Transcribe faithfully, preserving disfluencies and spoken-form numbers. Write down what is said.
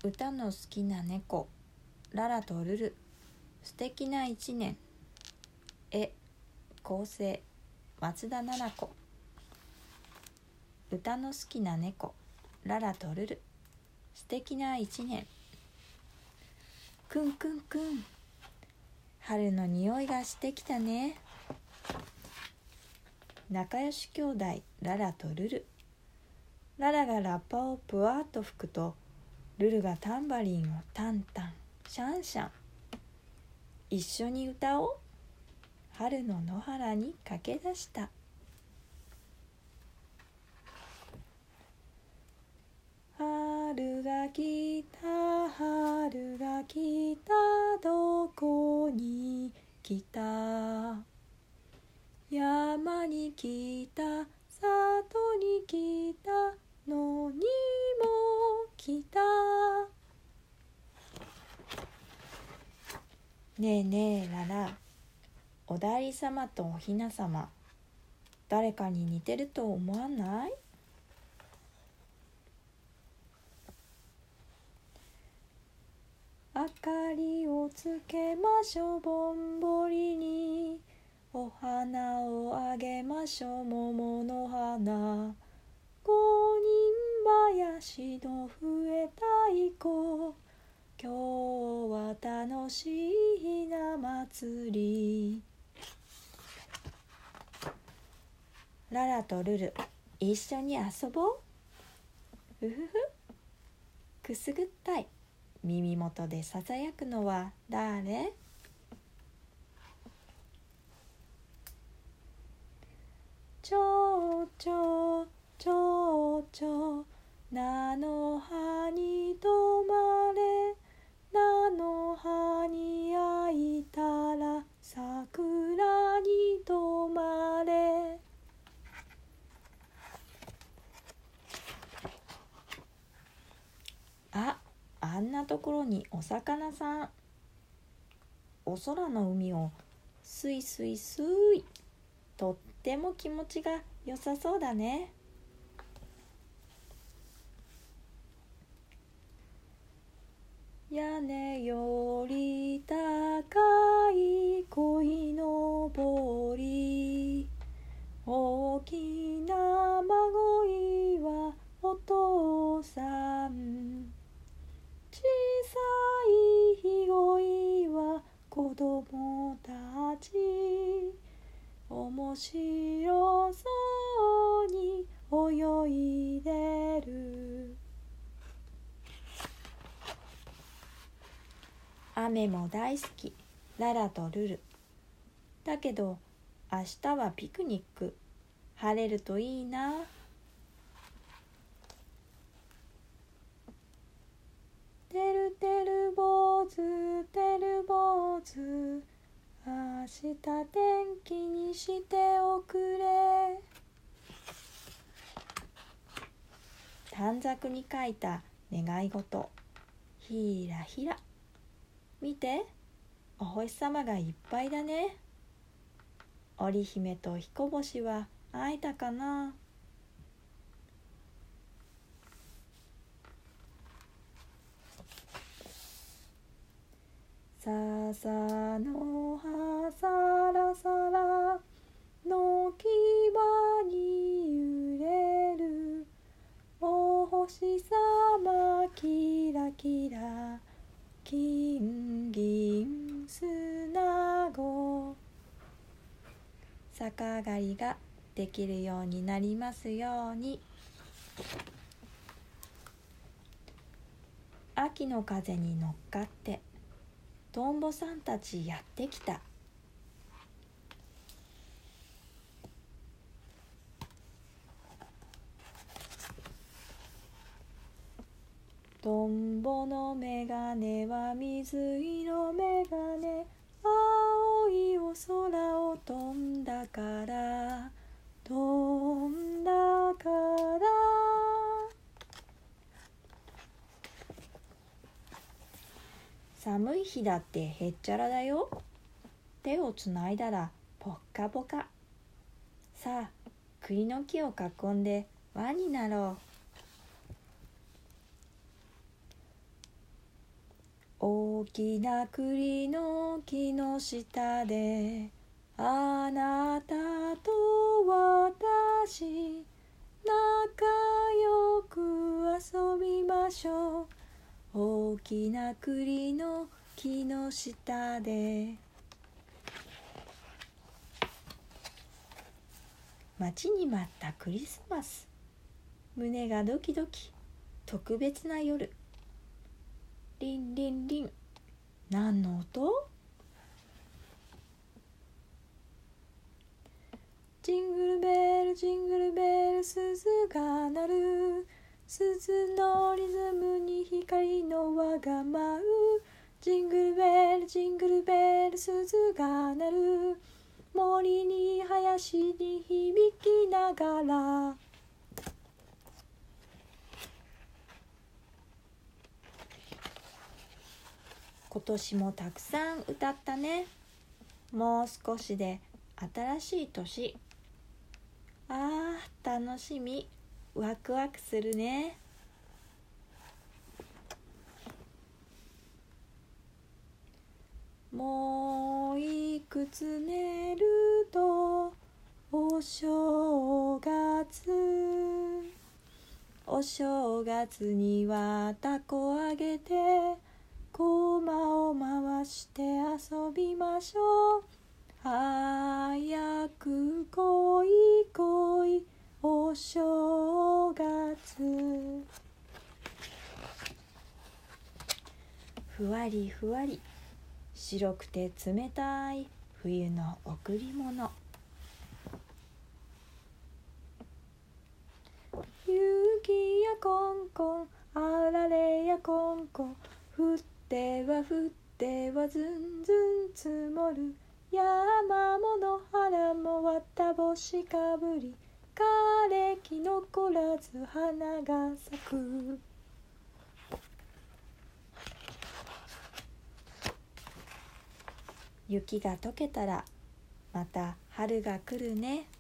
歌の好きな猫ララとルル、素敵な一年。絵構成松田奈々子。歌の好きな猫ララとルル、素敵な一年。くんくんくん、春の匂いがしてきたね。仲良し兄弟ララとルル。ララがラッパをぷわっと吹くと、ルルがタンバリンをタンタンシャンシャン。一緒に歌おう。春の野原に駆け出した。春が来た春が来た、どこに来た。山に来た里に来た、野にも来た。ねえねえララ、おだいり様とおひな様、誰かに似てると思わない？明かりをつけましょうぼんぼりに、お花をあげましょう桃の花。五人林の笛太鼓、今日は楽しいひな祭り。ララとルル、一緒に遊ぼう。ふふふ。くすぐったい。耳元でささやくのは誰？ちょうちょうちょうちょう、菜の葉に止まれ。菜の葉に開いたら桜に止まれ。あ、あんなところにお魚さん。お空の海をすいすいすい、とっても気持ちが良さそうだね。屋根より高い鯉のぼり、大きな孫いはお父さん、小さいひごいは子供たち。面白そうに泳いでる。雨も大好きララとルル。だけど明日はピクニック。晴れるといいな。てるてる坊主てる坊主、明日天気にしておくれ。短冊に書いた願い事。ひらひら。見て、お星様がいっぱいだね。織姫と彦星は会えたかな。笹の葉さらさら、軒場に揺れる。お星様キラキラ、金銀砂子。逆上がりができるようになりますように。秋の風に乗っかってトンボさんたちやってきた。トンボのメガネは水色メガネ、青いお空を飛んだから飛んだから。寒い日だってへっちゃらだよ。手をつないだらポッカポカ。さあ栗の木を囲んで輪になろう。 大きな栗の木の下であなたと私仲良く遊びましょう。大きな栗の木の下で。待ちに待ったクリスマス。胸がドキドキ。特別な夜。リンリンリン。何の音？ジングルベルジングルベル鈴が鳴る。鈴のリズムに光の輪が舞う。ジングルベルジングルベル鈴が鳴る。森に林に響きながら。今年もたくさん歌ったね。もう少しで新しい年。ああ、楽しみ。ワクワクするね。もういくつ寝るとお正月。お正月にはたこあげてこまを回して遊びましょう。早く来い来いお正月。ふわりふわり白くて冷たい冬の贈り物。雪やこんこんあられやこんこん降っては降ってはずんずん積もる。山も野原も綿星かぶり枯れ木残らず花が咲く。雪が溶けたらまた春が来るね。